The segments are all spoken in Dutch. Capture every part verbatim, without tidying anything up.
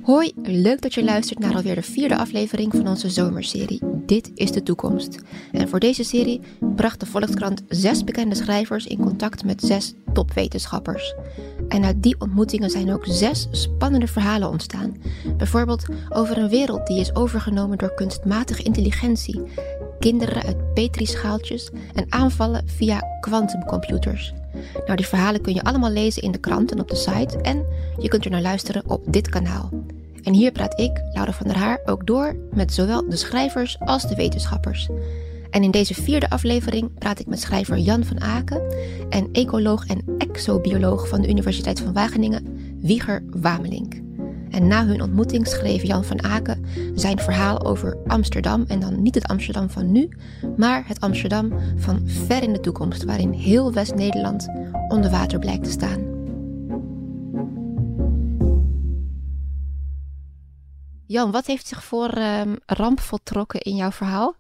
Hoi, leuk dat je luistert naar alweer de vierde aflevering van onze zomerserie Dit is de toekomst. En voor deze serie bracht de Volkskrant zes bekende schrijvers in contact met zes topwetenschappers. En uit die ontmoetingen zijn ook zes spannende verhalen ontstaan. Bijvoorbeeld over een wereld die is overgenomen door kunstmatige intelligentie, kinderen uit petrischaaltjes en aanvallen via kwantumcomputers. Nou, die verhalen kun je allemaal lezen in de krant en op de site en je kunt er naar luisteren op dit kanaal. En hier praat ik, Laura van der Haar, ook door met zowel de schrijvers als de wetenschappers. En in deze vierde aflevering praat ik met schrijver Jan van Aken en ecoloog en exobioloog van de Universiteit van Wageningen, Wieger Wamelink. En na hun ontmoeting schreef Jan van Aken zijn verhaal over Amsterdam. En dan niet het Amsterdam van nu, maar het Amsterdam van ver in de toekomst, waarin heel West-Nederland onder water blijkt te staan. Jan, wat heeft zich voor um, ramp voltrokken in jouw verhaal?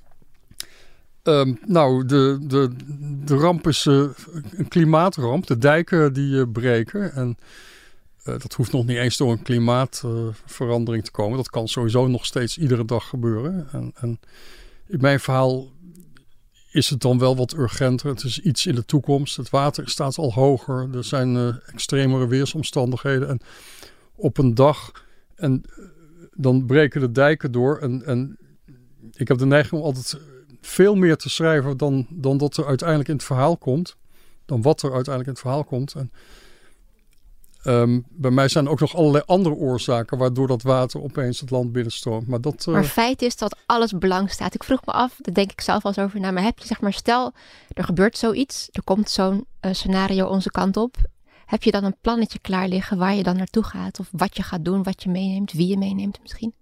Um, nou, de, de, de ramp is uh, een klimaatramp. De dijken die uh, breken en... Uh, dat hoeft nog niet eens door een klimaatverandering uh, te komen. Dat kan sowieso nog steeds iedere dag gebeuren. En, en in mijn verhaal is het dan wel wat urgenter. Het is iets in de toekomst. Het water staat al hoger. Er zijn uh, extremere weersomstandigheden. En op een dag en uh, dan breken de dijken door. En, en ik heb de neiging om altijd veel meer te schrijven dan, dan dat er uiteindelijk in het verhaal komt. Dan wat er uiteindelijk in het verhaal komt. En Um, bij mij zijn er ook nog allerlei andere oorzaken waardoor dat water opeens het land binnenstroomt. Maar, dat, uh... maar feit is dat alles belang staat. Ik vroeg me af, daar denk ik zelf wel eens over na. Maar heb je, zeg maar, stel, er gebeurt zoiets. Er komt zo'n uh, scenario onze kant op. Heb je dan een plannetje klaar liggen waar je dan naartoe gaat? Of wat je gaat doen, wat je meeneemt, wie je meeneemt misschien?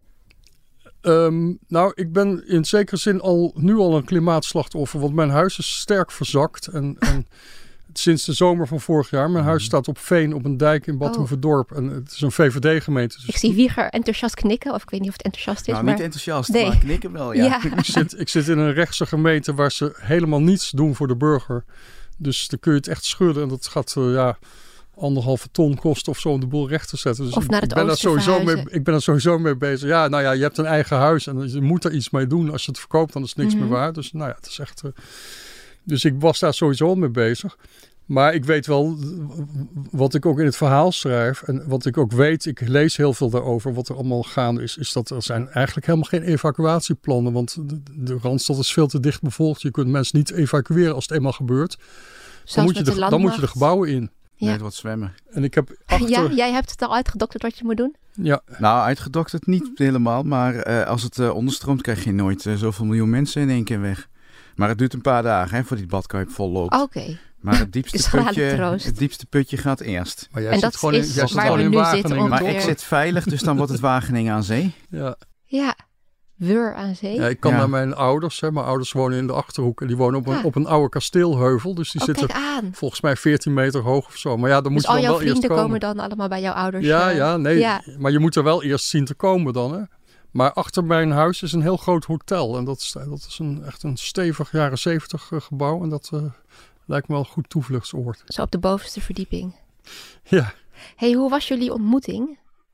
Um, nou, ik ben in zekere zin al nu al een klimaatslachtoffer. Want mijn huis is sterk verzakt en... en sinds de zomer van vorig jaar. Mijn huis staat op Veen, op een dijk in Bad Hoeverdorp. En het is een V V D-gemeente. Dus ik zie Wieger enthousiast knikken. Of ik weet niet of het enthousiast is. Nou, maar... niet enthousiast, nee. maar knikken wel, ja. ja. ik, zit, ik zit in een rechtse gemeente waar ze helemaal niets doen voor de burger. Dus dan kun je het echt schudden. En dat gaat, uh, ja, anderhalve ton kosten of zo om de boel recht te zetten. Dus of naar het ik, ben daar sowieso mee, ik ben er sowieso mee bezig. Ja, nou ja, je hebt een eigen huis en je moet er iets mee doen. Als je het verkoopt, dan is het niks mm-hmm. meer waard. Dus nou ja, het is echt... Uh, dus ik was daar sowieso mee bezig. Maar ik weet wel wat ik ook in het verhaal schrijf en wat ik ook weet, ik lees heel veel daarover, wat er allemaal gaande is, is dat er zijn eigenlijk helemaal geen evacuatieplannen, want de, de Randstad is veel te dicht bevolkt. Je kunt mensen niet evacueren als het eenmaal gebeurt. Dan moet, je de, de dan moet je de gebouwen in. Ja. Nee, wat zwemmen. En ik heb achter... Ja, jij hebt het al uitgedokterd wat je moet doen? Ja. Nou, uitgedokterd niet helemaal, maar uh, als het uh, onderstroomt krijg je nooit uh, zoveel miljoen mensen in één keer weg. Maar het duurt een paar dagen hè, voor die badkuip vol loopt. Oké. Okay. Maar het diepste, putje, het diepste putje gaat eerst. Maar jij en zit dat gewoon is in, jij zit waar we nu zitten. Maar ik zit veilig, dus dan wordt het Wageningen aan zee. Ja. Ja, Weur aan zee. Ja, ik kan ja. naar mijn ouders. Hè. Mijn ouders wonen in de Achterhoek. En die wonen op een, ah. op een oude kasteelheuvel. Dus die oh, zitten aan. volgens mij veertien meter hoog of zo. Maar ja, dan dus moet je dan wel eerst komen. al jouw vrienden komen dan allemaal bij jouw ouders? Ja, uh, ja, nee. Ja. Maar je moet er wel eerst zien te komen dan, hè. Maar achter mijn huis is een heel groot hotel. En dat is, dat is een, echt een stevig jaren zeventig uh, gebouw. En dat uh, lijkt me wel een goed toevluchtsoord. Zo op de bovenste verdieping. Ja. Hey, hoe was jullie ontmoeting,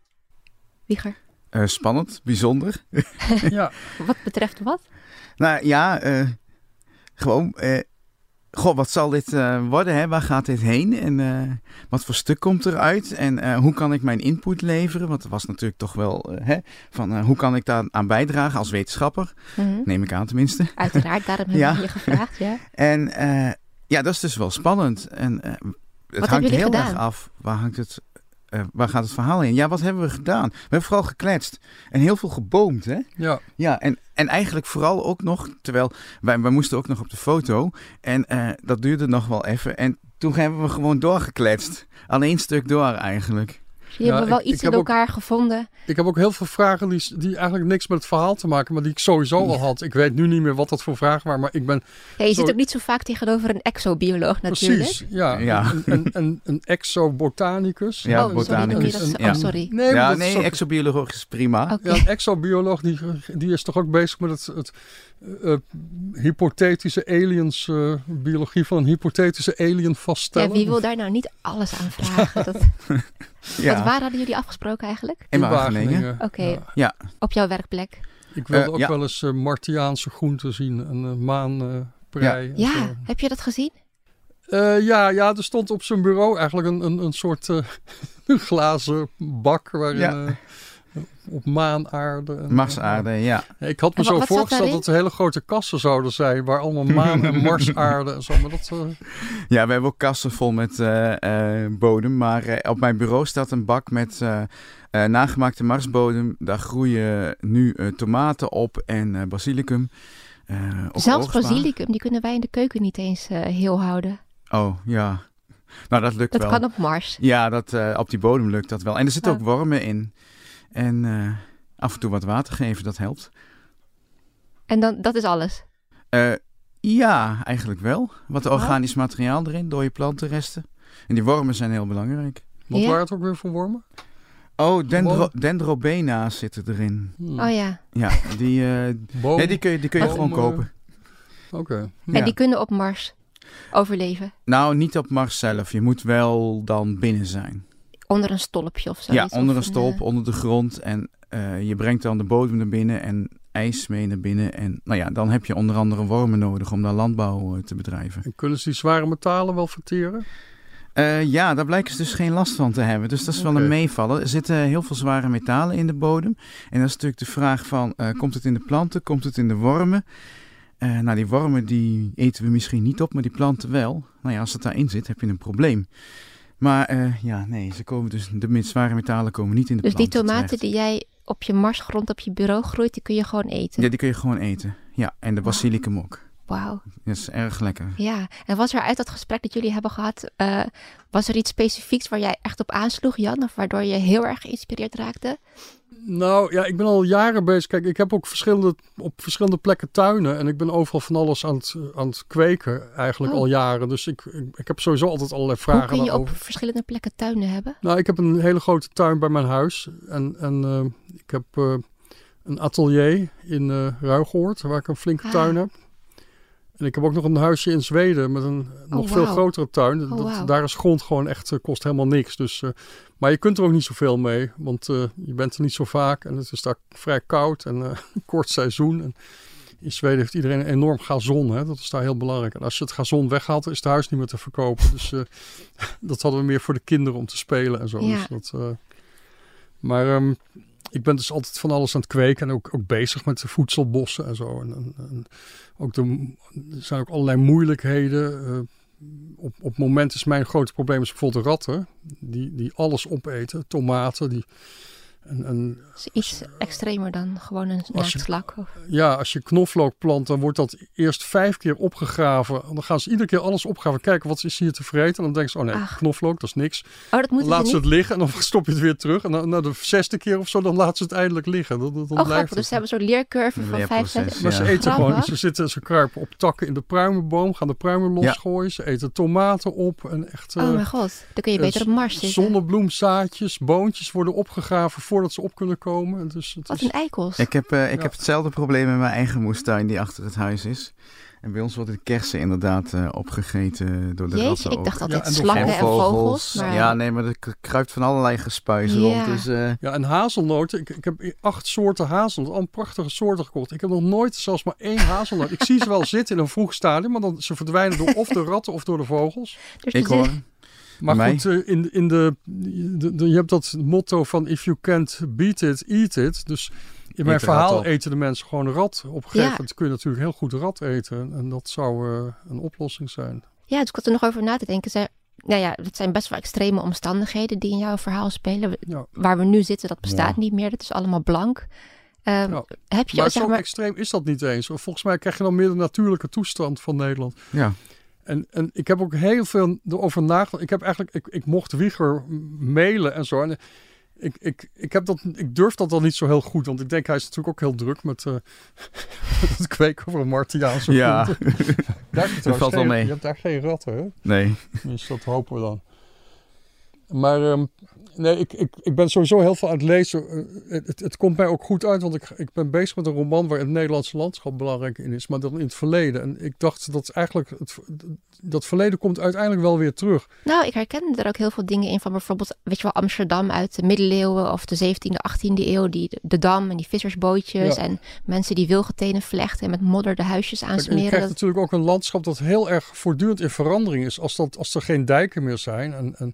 Wieger? Uh, spannend, bijzonder. Ja. Wat betreft wat? Nou ja, uh, gewoon... Uh, Goh, wat zal dit uh, worden? Hè? Waar gaat dit heen? En uh, wat voor stuk komt eruit? En uh, hoe kan ik mijn input leveren? Want er was natuurlijk toch wel... Uh, hè, van uh, hoe kan ik daar aan bijdragen als wetenschapper? Mm-hmm. Neem ik aan tenminste. Uiteraard, daarom heb ja. ik je gevraagd. Ja. En uh, ja, dat is dus wel spannend. En uh, het wat hangt heel gedaan? erg af. Waar hangt het... Uh, waar gaat het verhaal heen? Ja, wat hebben we gedaan? We hebben vooral gekletst. En heel veel geboomd, hè? Ja. Ja, en, en eigenlijk vooral ook nog... Terwijl, wij, wij moesten ook nog op de foto. En uh, dat duurde nog wel even. En toen hebben we gewoon doorgekletst. Al één stuk door eigenlijk. Jullie ja, hebben wel ik, iets ik in elkaar ook, gevonden. Ik heb ook heel veel vragen die, die eigenlijk niks met het verhaal te maken, maar die ik sowieso al had. Ik weet nu niet meer wat dat voor vragen waren, maar ik ben... Ja, je zo... zit ook niet zo vaak tegenover een exobioloog natuurlijk. Precies, ja. ja. Een, een, een, een exobotanicus. Ja, oh, botanicus. Sorry, dat, ja. oh, sorry. Nee, ja, nee ook... exobioloog is prima. Okay. Ja, een exobioloog die, die is toch ook bezig met het... het Uh, hypothetische aliens, uh, biologie van een hypothetische alien vaststellen. Ja, wie wil daar nou niet alles aan vragen? Dat... Ja. Want waar hadden jullie afgesproken eigenlijk? In Wageningen. Oké, okay. Ja. Ja. Op jouw werkplek. Ik wilde Uh, ook ja. wel eens uh, Martiaanse groenten zien. Een uh, maanprei. Ja. ja, heb je dat gezien? Uh, ja, ja, er stond op zijn bureau eigenlijk een, een, een soort uh, glazen bak waarin ja. uh, op maanaarde. En, Marsaarde, uh, ja. Ik had me en zo wat, voorgesteld dat er hele grote kassen zouden zijn waar allemaal maan en marsaarde en zo. Maar dat, uh... Ja, we hebben ook kassen vol met uh, uh, bodem. Maar uh, op mijn bureau staat een bak met uh, uh, nagemaakte marsbodem. Daar groeien nu uh, tomaten op en uh, basilicum. Uh, Zelfs basilicum, die kunnen wij in de keuken niet eens uh, heel houden. Oh, ja. Nou, dat lukt dat wel. Dat kan op Mars. Ja, dat, uh, op die bodem lukt dat wel. En er zitten oh. ook wormen in. En uh, af en toe wat water geven, dat helpt. En dan, dat is alles? Uh, ja, eigenlijk wel. Wat organisch oh. materiaal erin, dode plantenresten. En die wormen zijn heel belangrijk. Wat ja? waren het ook weer voor wormen? Oh, dendro, dendrobena's zitten erin. Hmm. Oh ja. Ja, die, uh, Boom, nee, die kun je, die kun je boom, gewoon kopen. Oké. Okay. En Ja. die kunnen op Mars overleven? Nou, niet op Mars zelf. Je moet wel dan binnen zijn. Onder een stolpje of zo? Ja, onder een stolp, een, uh... onder de grond. En uh, je brengt dan de bodem naar binnen en ijs mee naar binnen. En nou ja, dan heb je onder andere wormen nodig om daar landbouw uh, te bedrijven. En kunnen ze die zware metalen wel verteren? Uh, ja, daar blijken ze dus geen last van te hebben. Dus dat is okay. wel een meevallen. Er zitten heel veel zware metalen in de bodem. En dat is natuurlijk de vraag van, uh, komt het in de planten, komt het in de wormen? Uh, nou, die wormen die eten we misschien niet op, maar die planten wel. Nou ja, als het daarin zit, heb je een probleem. Maar uh, ja, nee, ze komen dus, de zware metalen komen niet in de dus planten die tomaten terecht. die jij op je marsgrond op je bureau groeit, die kun je gewoon eten? Ja, die kun je gewoon eten. Ja, en de basilicum ook. Wauw. Dat is erg lekker. Ja, en was er uit dat gesprek dat jullie hebben gehad, uh, was er iets specifieks waar jij echt op aansloeg, Jan? Of waardoor je heel erg geïnspireerd raakte? Nou ja, ik ben al jaren bezig. Kijk, ik heb ook verschillende, op verschillende plekken tuinen. En ik ben overal van alles aan het, aan het kweken eigenlijk oh. al jaren. Dus ik, ik, ik heb sowieso altijd allerlei vragen daarover. Hoe kun je daarover. op verschillende plekken tuinen hebben? Nou, ik heb een hele grote tuin bij mijn huis. En, en uh, ik heb uh, een atelier in uh, Ruigoord, waar ik een flinke ah. tuin heb. En ik heb ook nog een huisje in Zweden met een oh, nog wow. veel grotere tuin. Oh, dat, wow. Daar is grond gewoon echt, uh, kost helemaal niks. Dus, uh, maar je kunt er ook niet zoveel mee, want uh, je bent er niet zo vaak. En het is daar vrij koud en uh, kort seizoen. En in Zweden heeft iedereen een enorm gazon. Hè? Dat is daar heel belangrijk. En als je het gazon weghaalt, is het huis niet meer te verkopen. Dus uh, dat hadden we meer voor de kinderen om te spelen en zo. Ja. Dus dat, uh, maar um, ik ben dus altijd van alles aan het kweken en ook, ook bezig met de voedselbossen en zo. En, en, en ook de, er zijn ook allerlei moeilijkheden. Uh, op, op het moment is mijn grote probleem is bijvoorbeeld de ratten. Die, die alles opeten. Tomaten. Die, en, en, is iets als, extremer dan gewoon een naaktslak? Ja, als je knoflook plant, dan wordt dat eerst vijf keer opgegraven. Dan gaan ze iedere keer alles opgraven. Kijken, wat is hier te vreten? En dan denken ze, oh nee, Ach. knoflook, dat is niks. Oh, dat moet laat ze niet? het liggen en dan stop je het weer terug. En dan, na de zesde keer of zo, dan laten ze het eindelijk liggen. Dan, dan oh, blijft grappig. het. Dus ze hebben zo'n leercurve van vijf, zes. Maar ja. ze eten gewoon, ze zitten, ze kruipen op takken in de pruimenboom, gaan de pruimen losgooien. Ja. Ze eten tomaten op. En echt, oh uh, mijn god, dan kun je beter op Mars zitten. Zonnebloemzaadjes, boontjes worden opgegraven voordat ze op kunnen komen. Dus het Wat is... een eikels. Ik heb, uh, ik ja. heb hetzelfde probleem in mijn eigen moestuin die achter het huis is. En bij ons worden de kersen inderdaad uh, opgegeten door de Jeetje, ratten. ik dacht altijd ja, en slakken en vogels. En vogels. Maar... Ja, nee, maar er kruipt van allerlei gespuizen ja. rond. Dus, uh... Ja, en hazelnoten. Ik, ik heb acht soorten hazelnoten. Al prachtige soorten gekocht. Ik heb nog nooit zelfs maar één hazelnoot. Ik zie ze wel zitten in een vroeg stadium. Maar dan ze verdwijnen door of de ratten of door de vogels. Dus ik hoor... Maar goed, uh, in, in de, de, de, je hebt dat motto van if you can't beat it, eat it. Dus in mijn verhaal eten de mensen gewoon een rat. Op een gegeven ja. moment kun je natuurlijk heel goed rat eten. En dat zou uh, een oplossing zijn. Ja, dus ik had er nog over na te denken. Zij, nou ja, het zijn best wel extreme omstandigheden die in jouw verhaal spelen. Ja. Waar we nu zitten, dat bestaat ja. niet meer. Dat is allemaal blank. Um, ja. heb je, maar zeg zo maar... extreem is dat niet eens. Volgens mij krijg je dan meer de natuurlijke toestand van Nederland. Ja. En, en ik heb ook heel veel erover nagedacht. Ik heb eigenlijk, ik, ik mocht Wieger mailen en zo. En ik, ik, ik, heb dat, ik durf dat dan niet zo heel goed. Want ik denk, hij is natuurlijk ook heel druk met, uh, met het kweken van een Martiaanse ja. Daar dat valt geen, wel mee. Je hebt daar geen ratten, hè? Nee. Dus dat hopen we dan. Maar um, nee, ik, ik, ik ben sowieso heel veel aan het lezen. Uh, het, het komt mij ook goed uit, want ik, ik ben bezig met een roman waar het Nederlandse landschap belangrijk in is, maar dan in het verleden. En ik dacht dat eigenlijk het, dat verleden komt uiteindelijk wel weer terug. Nou, ik herken er ook heel veel dingen in van bijvoorbeeld, weet je wel, Amsterdam uit de middeleeuwen of de zeventiende, achttiende eeuw, die, de, de dam en die vissersbootjes ja. en mensen die wilgetenen vlechten en met modder de huisjes aansmeren. En je krijgt dat... natuurlijk ook een landschap dat heel erg voortdurend in verandering is. Als, dat, als er geen dijken meer zijn en, en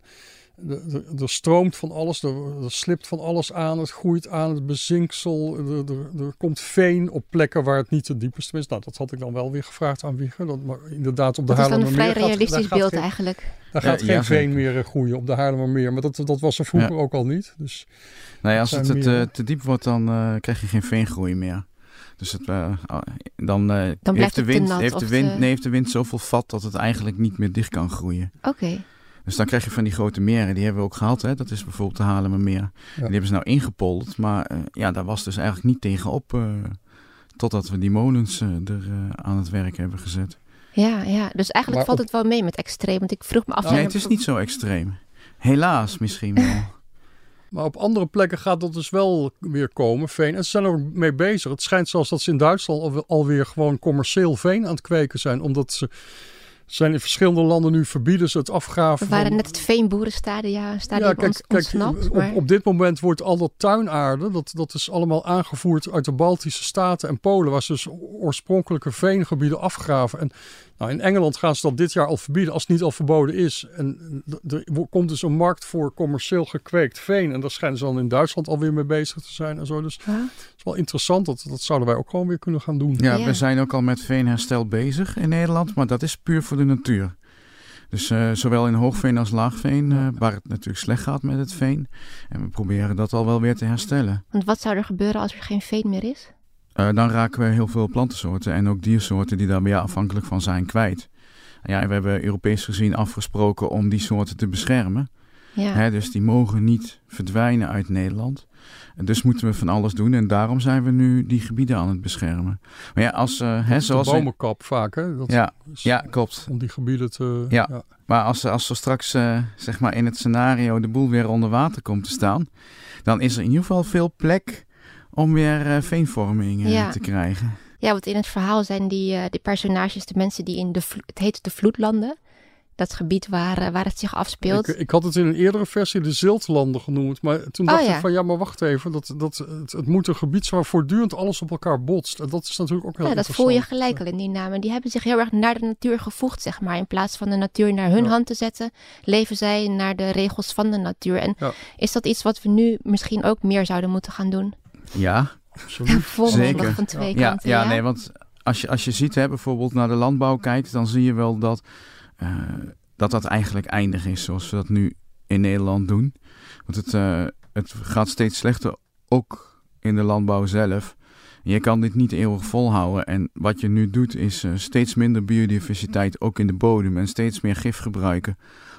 er stroomt van alles, er, er slipt van alles aan, het groeit aan, het bezinksel, er, er, er komt veen op plekken waar het niet te diep is. Tenminste, nou, dat had ik dan wel weer gevraagd aan Wieger. Dat, maar inderdaad op de Haarlemmermeer. Dat is dan een vrij realistisch gaat, beeld geen, eigenlijk. Daar gaat ja, geen ja, veen meer uh, groeien op de Haarlemmermeer, maar dat, dat was er vroeger ja. ook al niet. Dus nee, als het meer... te, te diep wordt, dan uh, krijg je geen veengroei meer. Dus het, uh, dan, uh, dan heeft, de wind, nat, heeft, de wind, te... nee, heeft de wind zoveel vat dat het eigenlijk niet meer dicht kan groeien. Oké. Okay. Dus dan krijg je van die grote meren, die hebben we ook gehad. Hè? Dat is bijvoorbeeld de Haarlemmermeer. Ja. Die hebben ze nou ingepolderd, maar uh, ja, daar was dus eigenlijk niet tegenop uh, totdat we die molens uh, er uh, aan het werk hebben gezet. Ja, ja. Dus eigenlijk maar valt op... het wel mee met extreem, want ik vroeg me af... Nou, nee, het is niet zo extreem. Helaas misschien wel. Maar op andere plekken gaat dat dus wel weer komen, veen. En ze zijn er ook mee bezig. Het schijnt zelfs dat ze in Duitsland alweer gewoon commercieel veen aan het kweken zijn. Omdat ze zijn in verschillende landen nu verbieden ze het afgraven. We waren van... net het veenboerenstadium ja, ja, kijk, ons, ontsnapt. Kijk, maar... op, op dit moment wordt al dat tuinaarde, dat, dat is allemaal aangevoerd uit de Baltische Staten en Polen, waar ze dus oorspronkelijke veengebieden afgraven. En nou, in Engeland gaan ze dat dit jaar al verbieden, als het niet al verboden is. En er komt dus een markt voor commercieel gekweekt veen. En daar schijnen ze dan in Duitsland alweer mee bezig te zijn en zo. Dus huh? Het is wel interessant. Dat, dat zouden wij ook gewoon weer kunnen gaan doen. Ja, ja. we zijn ook al met veenherstel bezig in Nederland. Maar dat is puur voor de natuur. Dus uh, zowel in hoogveen als laagveen, uh, waar het natuurlijk slecht gaat met het veen. En we proberen dat al wel weer te herstellen. Want wat zou er gebeuren als er geen veen meer is? Uh, dan raken we heel veel plantensoorten en ook diersoorten die daar weer afhankelijk van zijn kwijt. Ja, we hebben Europees gezien afgesproken om die soorten te beschermen. Ja. Hè, dus die mogen niet verdwijnen uit Nederland. En dus moeten we van alles doen en daarom zijn we nu die gebieden aan het beschermen. Maar ja, als uh, hè, zoals de bomenkap vaak, hè? Dat ja, is, ja, klopt. Om die gebieden te. Ja, ja. Maar als, als er straks uh, zeg maar in het scenario de boel weer onder water komt te staan, dan is er in ieder geval veel plek om weer uh, veenvorming uh, ja. te krijgen. Ja, want in het verhaal zijn die, uh, die personages de mensen die in de, vlo- het heet de Vloedlanden, dat gebied waar, uh, waar het zich afspeelt. Ik, ik had het in een eerdere versie de Ziltlanden genoemd, maar toen dacht oh, ja. ik van ja, maar wacht even, dat, dat, het, het moet een gebied zijn waar voortdurend alles op elkaar botst. En dat is natuurlijk ook heel ja, dat interessant. voel je gelijk al in die namen. Die hebben zich heel erg naar de natuur gevoegd, zeg maar. In plaats van de natuur naar hun ja. hand te zetten, leven zij naar de regels van de natuur. En ja. is dat iets wat we nu misschien ook meer zouden moeten gaan doen? Ja, absoluut. Zeker. Van twee ja, kanten, ja, ja, nee, want als je, als je ziet, hè, bijvoorbeeld naar de landbouw kijkt, dan zie je wel dat, uh, dat dat eigenlijk eindig is zoals we dat nu in Nederland doen. Want het, uh, het gaat steeds slechter, ook in de landbouw zelf. Je kan dit niet eeuwig volhouden. En wat je nu doet is uh, steeds minder biodiversiteit, ook in de bodem, en steeds meer gif gebruiken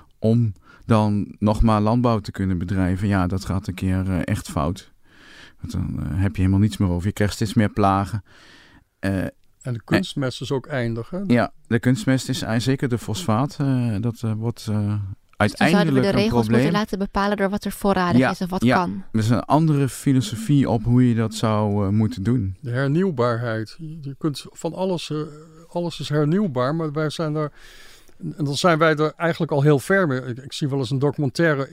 om dan nog maar landbouw te kunnen bedrijven. Ja, dat gaat een keer uh, echt fout. Want dan uh, heb je helemaal niets meer over. Je krijgt steeds meer plagen. Uh, en de kunstmest is ook eindig, hè? Ja, de kunstmest is zeker de fosfaat. Uh, dat uh, wordt uh, uiteindelijk een probleem. Dus zouden we de regels probleem. moeten laten bepalen door wat er voorradig ja, is of wat ja. kan. Er is een andere filosofie op hoe je dat zou uh, moeten doen. De hernieuwbaarheid. Je kunt van alles, uh, alles is hernieuwbaar, maar wij zijn daar... En dan zijn wij er eigenlijk al heel ver mee. Ik, ik zie wel eens een documentaire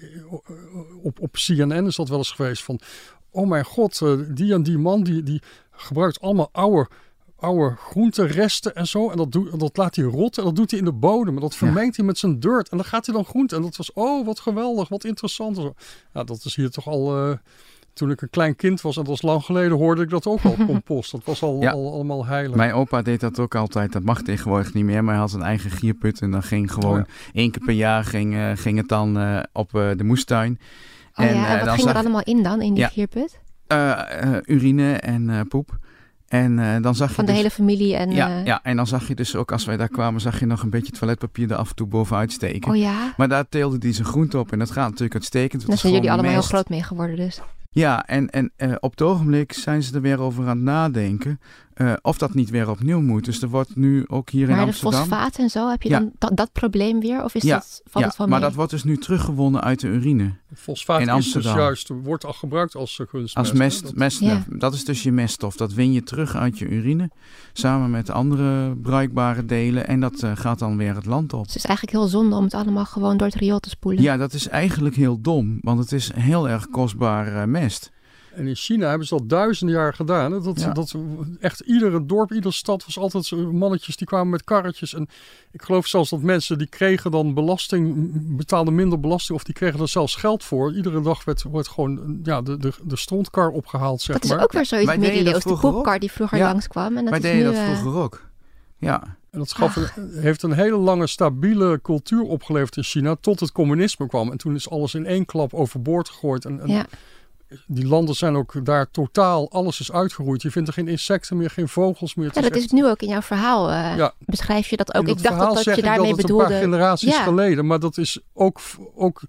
op, op C N N is dat wel eens geweest van... Oh mijn god, die en die man die, die gebruikt allemaal oude, oude groenteresten en zo. En dat, doet, dat laat hij rotten en dat doet hij in de bodem. En dat vermengt ja. hij met zijn dirt. En dan gaat hij dan groente. En dat was, oh wat geweldig, wat interessant. Ja, dat is hier toch al... Uh, toen ik een klein kind was, en dat was lang geleden, hoorde ik dat ook al, compost. Dat was al, ja. al allemaal heilig. Mijn opa deed dat ook altijd. Dat mag tegenwoordig niet meer, maar hij had een eigen gierput. En dan ging gewoon oh ja. één keer per jaar ging, uh, ging het dan uh, op uh, de moestuin. Oh en, ja, en uh, wat dan ging zag... er allemaal in dan, in die ja. gierput? Uh, uh, urine en uh, poep. En uh, dan zag Van je de dus... hele familie en... Ja, uh... ja, en dan zag je dus ook, als wij daar kwamen, zag je nog een beetje toiletpapier er af en toe bovenuit steken. Oh ja? Maar daar teelde hij zijn groente op en dat gaat natuurlijk uitstekend. Daar zijn jullie allemaal mest. heel groot mee geworden dus. Ja, en, en uh, op het ogenblik zijn ze er weer over aan het nadenken Uh, of dat niet weer opnieuw moet. Dus er wordt nu ook hier maar in Amsterdam... Maar de fosfaat en zo, heb je ja. dan dat, dat probleem weer? Of is ja. dat, valt ja, het van maar mee? dat wordt dus nu teruggewonnen uit de urine. Fosfaat in is Amsterdam. dus juist, wordt al gebruikt als uh, kunstmest. Als mest, dat, mest ja. dat is dus je meststof. Dat win je terug uit je urine. Samen met andere bruikbare delen. En dat uh, gaat dan weer het land op. Dus het is eigenlijk heel zonde om het allemaal gewoon door het riool te spoelen. Ja, dat is eigenlijk heel dom. Want het is heel erg kostbaar uh, mest. En in China hebben ze dat duizenden jaar gedaan. Hè? Dat, ja. dat echt iedere dorp, iedere stad was altijd mannetjes die kwamen met karretjes. En ik geloof zelfs dat mensen die kregen dan belasting, betaalden minder belasting of die kregen er zelfs geld voor. Iedere dag werd, werd gewoon ja, de, de, de strontkar opgehaald, zeg dat maar. is ook weer zoiets middeleeuws. De poepkar ook. die vroeger ja. langskwam. En dat Wij is deden nu, dat uh... vroeger ook. Ja. En dat gaf een, heeft een hele lange stabiele cultuur opgeleverd in China tot het communisme kwam. En toen is alles in één klap overboord gegooid. En, en ja. die landen zijn ook daar totaal, alles is uitgeroeid. Je vindt er geen insecten meer, geen vogels meer. Het ja, is dat echt... is nu ook in jouw verhaal. Uh, ja. Beschrijf je dat ook? In ik dacht dat, dat je daarmee dat bedoelde... een paar generaties ja. geleden. Maar dat is ook, ook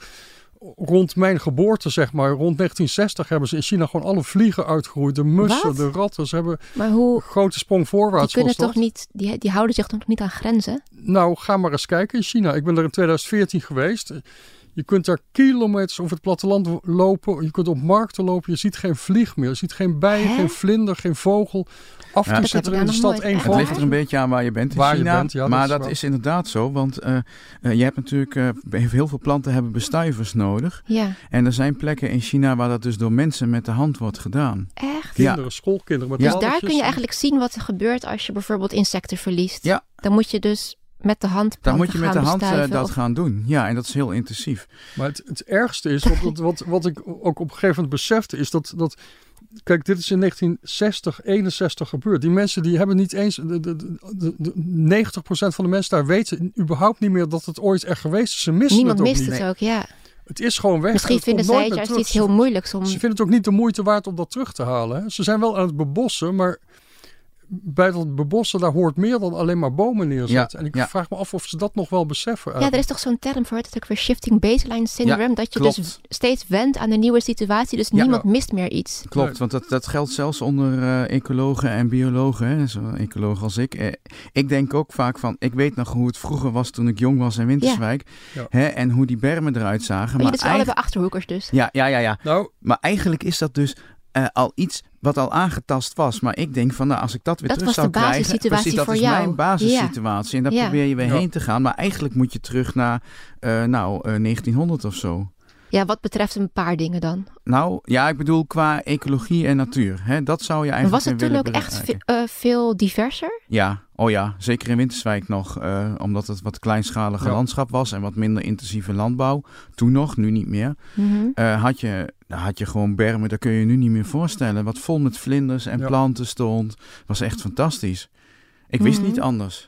rond mijn geboorte, zeg maar. Rond negentien zestig hebben ze in China gewoon alle vliegen uitgeroeid. De mussen, Wat? de ratten. Ze hebben maar hoe... een grote sprong voorwaarts. Die kunnen toch niet... Die, die houden zich toch niet aan grenzen? Nou, ga maar eens kijken in China. Ik ben er in twintig veertien geweest. Je kunt daar kilometers over het platteland lopen. Je kunt op markten lopen. Je ziet geen vlieg meer. Je ziet geen bijen, Hè? geen vlinder, geen vogel. Af en toe zit er in de stad één vogel. Het ligt er een beetje aan waar je bent in waar China. Je bent, ja, maar dat, dat is, is inderdaad zo. Want uh, uh, je hebt natuurlijk... Uh, heel veel planten hebben bestuivers nodig. Ja. En er zijn plekken in China waar dat dus door mensen met de hand wordt gedaan. Echt? Kinderen, ja. schoolkinderen met Dus balletjes. daar kun je eigenlijk zien wat er gebeurt als je bijvoorbeeld insecten verliest. Ja. Dan moet je dus... met de hand Dan moet je met de hand uh, dat of... gaan doen. Ja, en dat is heel intensief. Maar het, het ergste is, wat, wat, wat, wat ik ook op een gegeven moment besefte, is dat, dat... Kijk, dit is in negentien zestig, eenenzestig gebeurd. Die mensen die hebben niet eens... De, de, de, de negentig procent van de mensen daar weten überhaupt niet meer dat het ooit er geweest is. Ze missen Niemand het ook mist niet. het ook, ja. Het is gewoon weg. Misschien vinden zij het juist iets heel moeilijks om... Ze vinden het ook niet de moeite waard om dat terug te halen. Hè? Ze zijn wel aan het bebossen, maar... bij dat bebossen, daar hoort meer dan alleen maar bomen neerzetten. Ja, en ik ja. vraag me af of ze dat nog wel beseffen. Eigenlijk. Ja, er is toch zo'n term voor, het is ook weer shifting baseline syndrome, ja, dat je klopt. dus steeds wendt aan de nieuwe situatie, dus ja, niemand ja. mist meer iets. Klopt, nee. want dat, dat geldt zelfs onder uh, ecologen en biologen, hè? Zo'n ecoloog als ik. Eh, ik denk ook vaak van, ik weet nog hoe het vroeger was toen ik jong was in Winterswijk, ja. hè? En hoe die bermen eruit zagen. Maar, maar je eigen... allebei achterhoekers dus. Ja, ja, ja. ja. Nou. Maar eigenlijk is dat dus uh, al iets... wat al aangetast was. Maar ik denk van, nou, als ik dat weer dat terug zou krijgen... Dat was de basissituatie precies, voor dat is jou. mijn basissituatie. Ja. En daar ja. probeer je weer ja. heen te gaan. Maar eigenlijk moet je terug naar, uh, nou, uh, negentienhonderd of zo. Ja, wat betreft een paar dingen dan? Nou, ja, ik bedoel qua ecologie en natuur. Hè, dat zou je eigenlijk maar was het toen ook bereiken. echt ve- uh, veel diverser? Ja, oh ja. Zeker in Winterswijk nog. Uh, omdat het wat kleinschalige ja. landschap was en wat minder intensieve landbouw. Toen nog, nu niet meer. Mm-hmm. Uh, had je... Dan had je gewoon bermen, dat kun je je nu niet meer voorstellen. Wat vol met vlinders en ja. planten stond. Was echt fantastisch. Ik wist mm-hmm. niet anders.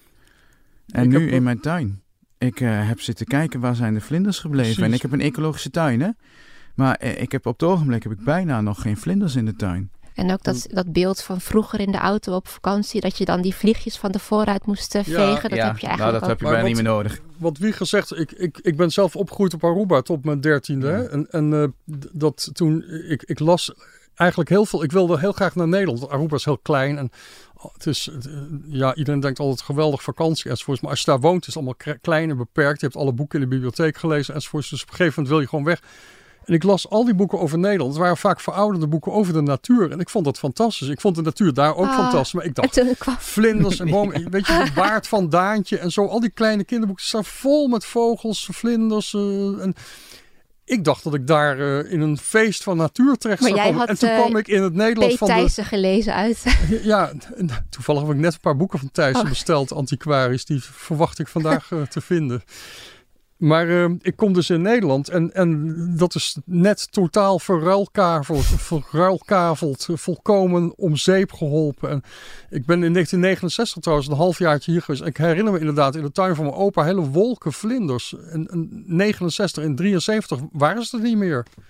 En ik nu in ook... mijn tuin. Ik uh, heb zitten kijken waar zijn de vlinders gebleven. Precies. En ik heb een ecologische tuin, hè. Maar uh, ik heb op het ogenblik heb ik bijna nog geen vlinders in de tuin. En ook dat, dat beeld van vroeger in de auto op vakantie... dat je dan die vliegjes van de vooruit moest uh, vegen. Ja, dat ja, heb je eigenlijk nou, dat ook. heb je bijna niet meer nodig. Wat Wieger zegt, ik, ik, ik ben zelf opgegroeid op Aruba tot mijn dertiende. Ja. En, en uh, dat toen, ik, ik las eigenlijk heel veel... Ik wilde heel graag naar Nederland. Aruba is heel klein en het is... Ja, iedereen denkt altijd geweldig vakantie enzovoorts. Maar als je daar woont is het allemaal klein en beperkt. Je hebt alle boeken in de bibliotheek gelezen enzovoorts. Dus op een gegeven moment wil je gewoon weg... En ik las al die boeken over Nederland. Het waren vaak verouderde boeken over de natuur. En ik vond dat fantastisch. Ik vond de natuur daar ook ah, fantastisch. Maar ik dacht, kwam... vlinders en bomen. Weet je, de baard van Daantje en zo. Al die kleine kinderboeken staan vol met vogels, vlinders. Uh, en ik dacht dat ik daar uh, in een feest van natuur terecht zou komen. Had, en toen uh, kwam ik in het Nederland P. van Thijssen de... gelezen uit. Ja, toevallig heb ik net een paar boeken van Thijssen oh. besteld. Antiquarisch. Die verwacht ik vandaag uh, te vinden. Maar uh, ik kom dus in Nederland en, en dat is net totaal verruilkaveld, verruilkaveld, volkomen om zeep geholpen. En ik ben in negentien negenenzestig trouwens een halfjaartje hier geweest. Ik herinner me inderdaad in de tuin van mijn opa hele wolken vlinders. En, en negenenzestig en drieënzeventig waren ze er niet meer.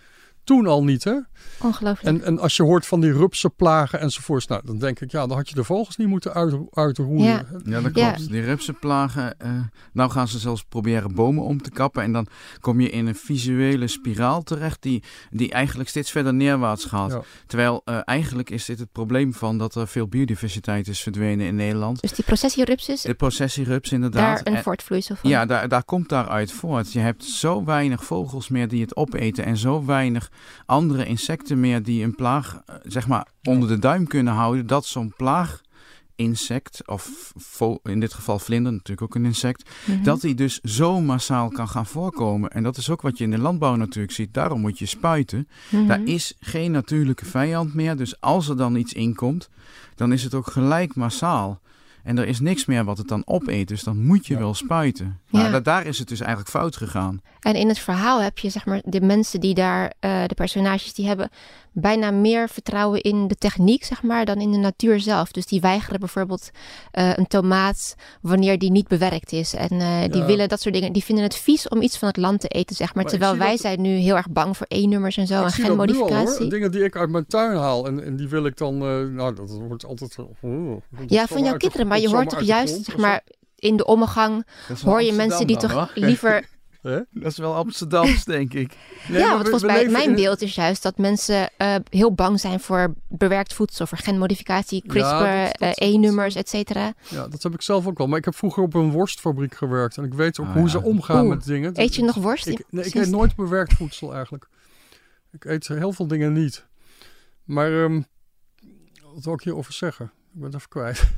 toen al niet, hè? Ongelooflijk. En, en als je hoort van die rupsenplagen enzovoorts, nou, dan denk ik, ja, dan had je de vogels niet moeten uit, uitroeien. Ja. Ja, dat klopt. Ja. Die rupsenplagen, uh, nou gaan ze zelfs proberen bomen om te kappen. En dan kom je in een visuele spiraal terecht die, die eigenlijk steeds verder neerwaarts gaat. Ja. Terwijl uh, eigenlijk is dit het probleem van dat er veel biodiversiteit is verdwenen in Nederland. Dus die processierupsen, De processierups inderdaad. daar een En- voortvloeisel van. Ja, daar, daar komt daaruit voort. Je hebt zo weinig vogels meer die het opeten en zo weinig andere insecten meer die een plaag, eh, zeg maar, onder de duim kunnen houden, dat zo'n plaaginsect, of vo- in dit geval vlinder, natuurlijk ook een insect, Mhm. dat die dus zo massaal kan gaan voorkomen. En dat is ook wat je in de landbouw natuurlijk ziet. Daarom moet je spuiten. Mhm. Daar is geen natuurlijke vijand meer. Dus als er dan iets inkomt, dan is het ook gelijk massaal. En er is niks meer wat het dan opeet. Dus dan moet je Ja. wel spuiten. Maar Ja. da- daar is het dus eigenlijk fout gegaan. En in het verhaal heb je zeg maar de mensen die daar, eh, de personages, die hebben bijna meer vertrouwen in de techniek, zeg maar, dan in de natuur zelf. Dus die weigeren bijvoorbeeld eh, een tomaat wanneer die niet bewerkt is. En eh, die Ja. willen dat soort dingen. Die vinden het vies om iets van het land te eten, zeg maar. Maar ik Terwijl zie wij dat- zijn nu heel erg bang voor E-nummers en zo. Ik En zie dat nu al, genmodificatie. hoor. Dingen die ik uit mijn tuin haal. En, en die wil ik dan... eh, nou, dat wordt altijd... Oh, dat Ja, komt van jouw uit de- kinderen. Maar je komt hoort zomaar toch uit de juist, grond zeg of zo. maar, in de omgang Dat is wel hoor je mensen die Amsterdam toch dan, hoor. liever... Hè? Dat is wel Amsterdams, denk ik. Nee, ja, maar want we- volgens we mij, leven mijn in- beeld is juist dat mensen eh, heel bang zijn voor bewerkt voedsel, voor genmodificatie, CRISPR, Ja, dat- dat- eh, E-nummers, et cetera. Ja, dat heb ik zelf ook wel. Maar ik heb vroeger op een worstfabriek gewerkt. En ik weet ook Ah, hoe ja. ze omgaan Oeh, met dingen. Eet je nog worst? Ik, nee, ik Sinds- eet nooit bewerkt voedsel eigenlijk. Ik eet heel veel dingen niet. Maar ehm, wat wil ik hierover zeggen? Ik ben het even kwijt.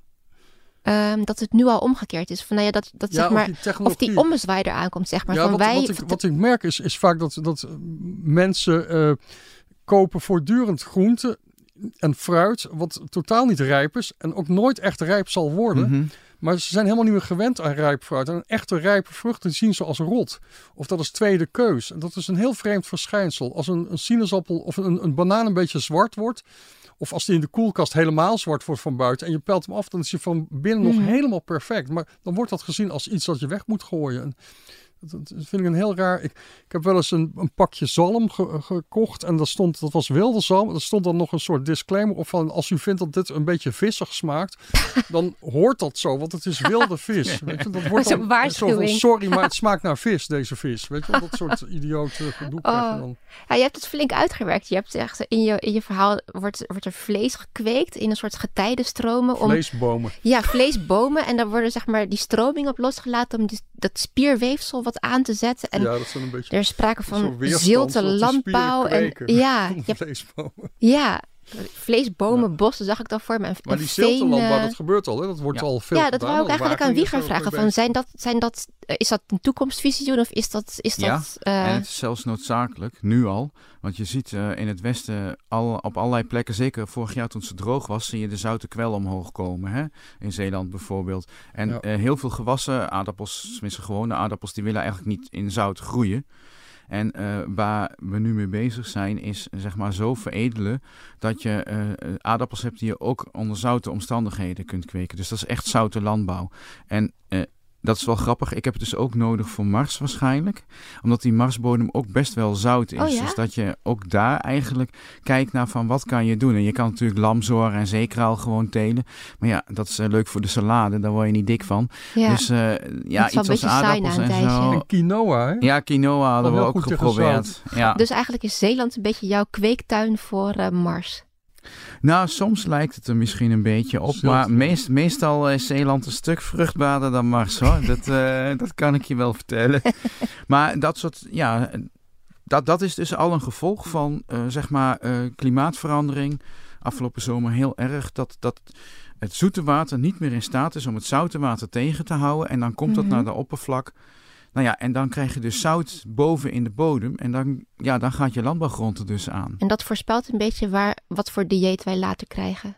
Ehm, dat het nu al omgekeerd is. Van, nou ja, dat, dat Ja, zeg maar, of die of technologie. die ommezwaai eraan komt, zeg maar. Ja, van wat, wij, wat, ik, wat ik merk is, is vaak dat, dat mensen eh, kopen voortdurend groenten en fruit wat totaal niet rijp is en ook nooit echt rijp zal worden. Mhm. Maar ze zijn helemaal niet meer gewend aan rijp fruit. En een echte rijpe vruchten zien ze als rot. Of dat is tweede keus. En dat is een heel vreemd verschijnsel. Als een, een sinaasappel of een, een banaan een beetje zwart wordt, of als die in de koelkast helemaal zwart wordt van buiten en je pelt hem af, dan is hij van binnen nog Mhm. helemaal perfect. Maar dan wordt dat gezien als iets dat je weg moet gooien. En dat, dat vind ik een heel raar... Ik, ik heb wel eens een, een pakje zalm ge- gekocht en dat stond, dat was wilde zalm. Er stond dan nog een soort disclaimer op van, als u vindt dat dit een beetje vissig smaakt, dan hoort dat zo, want het is wilde vis. Weet je? Dat wordt Zo'n dan waarschuwing. zo van, sorry, maar het smaakt naar vis, deze vis. Weet je wel, dat soort idiote gedoe krijg je Oh. dan. ja, je hebt het flink uitgewerkt. Je hebt echt in je, in je verhaal wordt, wordt er vlees gekweekt in een soort getijdenstromen. Om, Vleesbomen. ja, vleesbomen. En daar worden zeg maar die stroming op losgelaten om die, dat spierweefsel wat aan te zetten. En Ja, dat zijn een beetje... er is sprake zo'n van weerstand, zilte zodat die landbouw. spieren En kweken ja, van je de hebt, vleesbomen. ja, vleesbomen, bossen zag ik dan voor me. En, Maar en die veen, ziltelandbouw, eh, dat gebeurt al. Hè? Dat wordt Ja. al veel ja, dat gedaan. wou ik Al eigenlijk aan Wageningen Wieger is er ook vragen. mee Van, zijn dat, zijn dat, eh, is dat een toekomstvisioen of is dat... Is Ja, dat eh, En het is zelfs noodzakelijk, nu al. Want je ziet eh, in het westen al, op allerlei plekken, zeker vorig jaar toen het zo droog was, zie je de zoute kwel omhoog komen. Hè? In Zeeland bijvoorbeeld. En Ja. eh, heel veel gewassen, aardappels, tenminste gewone aardappels, die willen eigenlijk niet in zout groeien. En eh, waar we nu mee bezig zijn, is zeg maar zo veredelen dat je eh, aardappels hebt die je ook onder zoute omstandigheden kunt kweken. Dus dat is echt zoute landbouw. En eh, dat is wel grappig. Ik heb het dus ook nodig voor Mars waarschijnlijk. Omdat die Marsbodem ook best wel zout is. Oh ja? Dus dat je ook daar eigenlijk kijkt naar van wat kan je doen. En je kan natuurlijk lamzoor en zeekraal gewoon telen. Maar ja, dat is uh, leuk voor de salade. Daar word je niet dik van. ja. Dus uh, ja, is wel iets een als beetje saai aardappels na een en tijdje. zo. En quinoa, hè? Ja, quinoa hadden we heel ook goed tegen geprobeerd. Ja. Dus eigenlijk is Zeeland een beetje jouw kweektuin voor eh, Mars. Nou, soms lijkt het er misschien een beetje op. Zult. Maar meest, meestal is Zeeland een stuk vruchtbaarder dan Mars, hoor. Dat, uh, dat kan ik je wel vertellen. Maar dat soort, ja, dat, dat is dus al een gevolg van, uh, zeg maar, uh, klimaatverandering. Afgelopen zomer heel erg. Dat, dat het zoete water niet meer in staat is om het zoute water tegen te houden. En dan komt dat Mhm. naar de oppervlak. Nou ja, en dan krijg je dus zout boven in de bodem. En dan, ja, dan gaat je landbouwgrond er dus aan. En dat voorspelt een beetje waar, wat voor dieet wij later krijgen.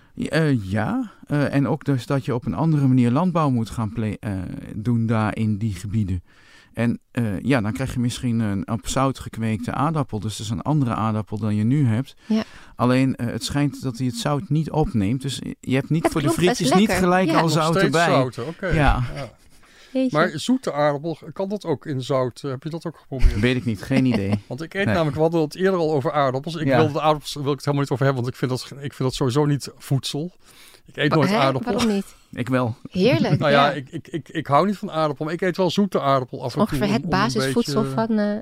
Uh, ja, uh, en ook dus dat je op een andere manier landbouw moet gaan ple- uh, doen daar in die gebieden. En uh, ja, dan krijg je misschien een op zout gekweekte aardappel. Dus dat is een andere aardappel dan je nu hebt. Ja. Alleen uh, het schijnt dat hij het zout niet opneemt. Dus je hebt niet Het voor de klonk best frietjes niet lekker. gelijk Ja. al Nog zout steeds erbij. zout, oké. Ja. Ja. Jeetje. Maar zoete aardappel, kan dat ook in zout? Uh, heb je dat ook geprobeerd? Weet ik niet, geen idee. Want ik eet Nee. namelijk, we hadden het eerder al over aardappels. Ik Ja. wil de aardappels wil ik het helemaal niet over hebben, want ik vind dat, ik vind dat sowieso niet voedsel. Ik eet Wa- nooit hè? aardappel. Waarom niet? Ik wel. Heerlijk. Nou ja, ja. ik, ik, ik, ik hou niet van aardappel, maar ik eet wel zoete aardappel af en toe. Ongeveer het om- om een basisvoedsel beetje- van... eh,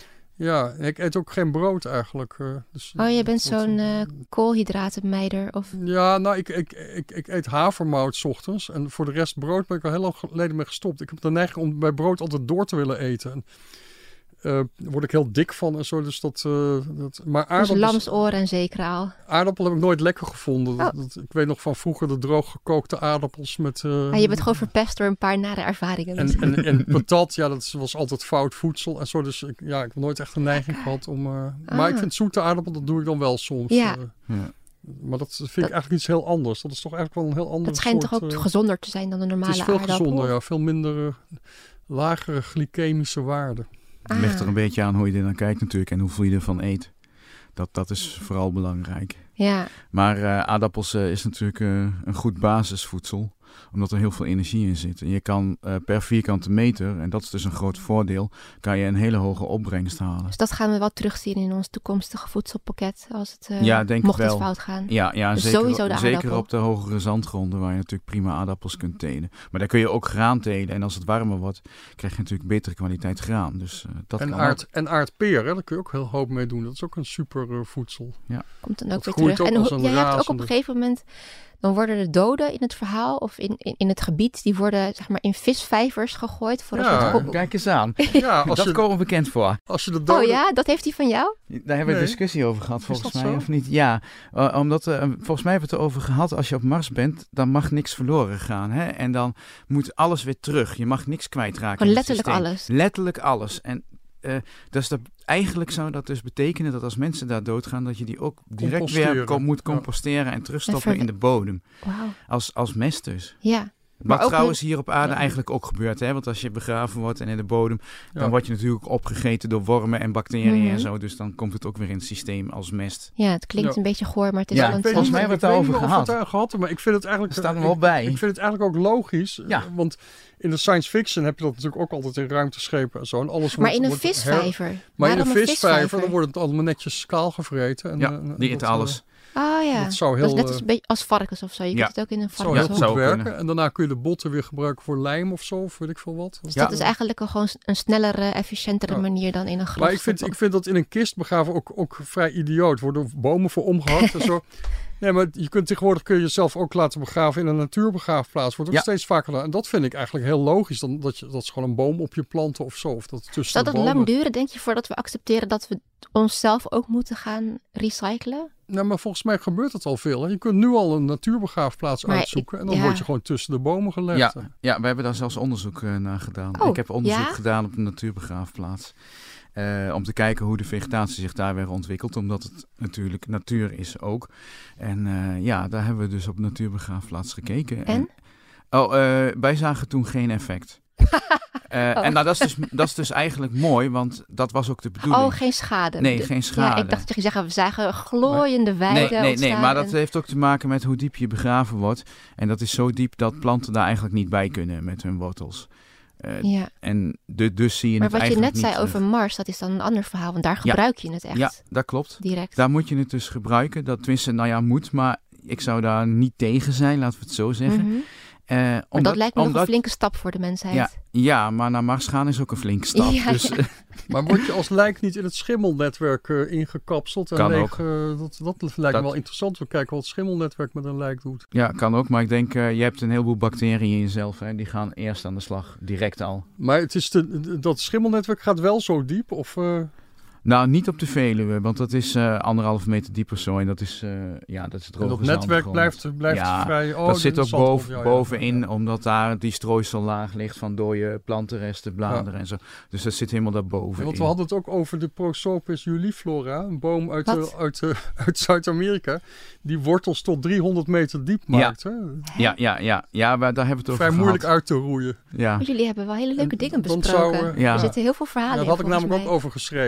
Ja, ik eet ook geen brood eigenlijk. Uh, dus, oh, je bent dat- zo'n uh, koolhydratenmeider. Of... Ja, nou, ik, ik, ik, ik eet havermout 's ochtends. En voor de rest brood ben ik al heel lang geleden mee gestopt. Ik heb de neiging om bij brood altijd door te willen eten. En, uh, daar word ik heel dik van en zo. Dus dat, uh, dat, maar Dus aardappels, lamsoor en zeekraal. aardappel heb ik nooit lekker gevonden. Oh. Dat, dat, ik weet nog van vroeger de droog gekookte aardappels met... Uh, Ah, je bent gewoon verpest door een paar nare ervaringen. En, en, en patat, ja, dat was altijd fout voedsel en zo. Dus ik, ja, ik heb nooit echt een neiging gehad om... Uh, Ah. Maar ik vind zoete aardappel, dat doe ik dan wel soms. Ja. Uh, Ja. maar dat vind ik Dat- eigenlijk iets heel anders. Dat is toch eigenlijk wel een heel ander Dat schijnt soort... toch ook uh, gezonder te zijn dan de normale het is veel aardappel? gezonder, ja. Veel minder uh, lagere glycemische waarden. Het ligt er Ah. een beetje aan hoe je er naar kijkt natuurlijk en hoeveel je ervan eet. Dat, dat is vooral belangrijk. Ja, Maar uh, aardappels uh, is natuurlijk uh, een goed basisvoedsel, omdat er heel veel energie in zit. En je kan uh, per vierkante meter, en dat is dus een groot voordeel, kan je een hele hoge opbrengst halen. dus dat gaan we wel terugzien in ons toekomstige voedselpakket. Als het, uh, Ja, denk mocht ik het wel. fout gaan. Ja, ja Dus zeker, sowieso de zeker aardappel. op de hogere zandgronden waar je natuurlijk prima aardappels kunt telen. Maar daar kun je ook graan telen en als het warmer wordt, krijg je natuurlijk betere kwaliteit graan. Dus uh, dat En, kan aard, en aardpeer, hè, daar kun je ook heel hoop mee doen. Dat is ook een super uh, voedsel. Komt dan ook Dat weer groeit terug. ook En als hoe- een jij hebt ook op razende. een gegeven moment... Dan worden de doden in het verhaal of in, in, in het gebied... die worden zeg maar in visvijvers gegooid. Voor als Ja. het ko- Kijk eens aan, Ja, als dat je, komen we bekend voor. als je de doden... Oh ja, dat heeft hij van jou? Daar hebben we Nee. een discussie over gehad, volgens dat mij, zo? of niet? Ja, uh, omdat uh, volgens mij hebben we het erover gehad, als je op Mars bent, dan mag niks verloren gaan. Hè? En dan moet alles weer terug. Je mag niks kwijtraken. Gewoon in het letterlijk systeem. alles. Letterlijk alles. En uh, dus dat, eigenlijk zou dat dus betekenen dat als mensen daar doodgaan, dat je die ook direct weer Composteren. kom, moet Ja. composteren en terugstoppen verwe- in de bodem. Wauw. Als, als mest dus. Ja. Wat ook trouwens hier op aarde Ja. eigenlijk ook gebeurt. Hè? Want als je begraven wordt en in de bodem, Ja. dan word je natuurlijk opgegeten door wormen en bacteriën Mhm. en zo. Dus dan komt het ook weer in het systeem als mest. Ja, het klinkt Ja. een beetje goor, maar het is Ja, wel Ik een weet volgens niet- mij ik hebben we het weet daarover niet of we het daar gehad hebben, maar ik vind het eigenlijk... Er staat er ik- wel bij. Ik vind het eigenlijk ook logisch. Ja. uh, Want in de science fiction heb je dat natuurlijk ook altijd in ruimteschepen en zo. En alles Maar wordt, in een wordt her- visvijver. Maar in Waarom een visvijver, dan wordt het allemaal netjes kaal gevreten. En, Ja, eh, en die eet dat, uh, alles. Oh ja, Dat zou dat heel, is net eh, als, een beetje als varkens of zo. Je ja. kunt het ook in een Het zou varkens. heel dat goed zou werken. kunnen. En daarna kun je de botten weer gebruiken voor lijm of zo. Of weet ik veel wat. Dus Ja. dat is eigenlijk een, gewoon een snellere, efficiëntere Ja. manier dan in een graf. Maar ik vind, ik vind dat in een kist begraven ook, ook vrij idioot. Worden bomen voor omgehakt en zo. Nee, maar je kunt tegenwoordig kun je jezelf ook laten begraven in een natuurbegraafplaats. Wordt ook Ja. steeds vaker gedaan. En dat vind ik eigenlijk heel logisch. Dan, dat, je, dat ze gewoon een boom op je planten of zo. Of dat tussen Zal de dat bomen. lang duren, denk je, voordat we accepteren dat we onszelf ook moeten gaan recyclen? Nou, maar volgens mij gebeurt het al veel. Hè? Je kunt nu al een natuurbegraafplaats Maar uitzoeken. ik- En dan ja. word je gewoon tussen de bomen gelegd. Ja, ja, we hebben daar zelfs onderzoek uh, naar gedaan. Oh, ik heb onderzoek ja? gedaan op een natuurbegraafplaats. Uh, om te kijken hoe de vegetatie zich daar weer ontwikkelt. Omdat het natuurlijk natuur is ook. En uh, ja, daar hebben we dus op een natuurbegraafplaats gekeken. En? Oh, uh, wij zagen toen geen effect. Uh, Oh. En nou, dat, is dus, dat is dus eigenlijk mooi, want dat was ook de bedoeling. Oh, geen schade. Nee, De- geen schade. Ja, ik dacht dat je ging zeggen, we zagen glooiende weiden Nee, nee, nee, ontstaan maar dat en- heeft ook te maken met hoe diep je begraven wordt. En dat is zo diep dat planten daar eigenlijk niet bij kunnen met hun wortels. Uh, Ja, En de, dus zie je maar het wat je eigenlijk net zei niet terug. over Mars, dat is dan een ander verhaal. Want daar gebruik je het echt Ja, dat klopt. direct. Daar moet je het dus gebruiken. Dat tenminste, nou ja, moet, maar ik zou daar niet tegen zijn, laten we het zo zeggen. Mhm. Uh, Maar omdat, dat lijkt me nog omdat, een flinke stap voor de mensheid. Ja, ja, maar naar Mars gaan is ook een flinke stap. Ja, dus, ja. uh, Maar word je als lijk niet in het schimmelnetwerk uh, ingekapseld? En Kan leeg, ook. uh, dat, dat lijkt Dat- me wel interessant. We kijken wat het schimmelnetwerk met een lijk doet. ja, kan ook. Maar ik denk, uh, je hebt een heleboel bacteriën in jezelf. Hè, die gaan eerst aan de slag, direct al. Maar het is de, de- dat schimmelnetwerk gaat wel zo diep? Of, uh, Nou, niet op de Veluwe, want dat is uh, anderhalf meter diep of zo. En dat is, uh, ja, dat is en droge dat netwerk zandgrond. blijft, blijft Ja, vrij... Oh, dat zit de ook zandgrond, boven, ja, ja. bovenin, omdat daar die strooisellaag ligt van dode plantenresten, bladeren en zo. Dus dat zit helemaal Ja, daarboven. want we hadden het ook over de Prosopis juliflora, een boom uit, Wat? uh, uit, uh, uit Zuid-Amerika, die wortels tot driehonderd meter diep maakt. Hè? Ja, ja, ja, ja, maar daar hebben we het Vrij over moeilijk gehad. uit te roeien. Ja. Maar jullie hebben wel hele leuke En dingen dan besproken. zou, uh, Ja. Er zitten heel veel verhalen Ja, in, daar had ik volgens namelijk mij. ook over geschreven, maar dat is weer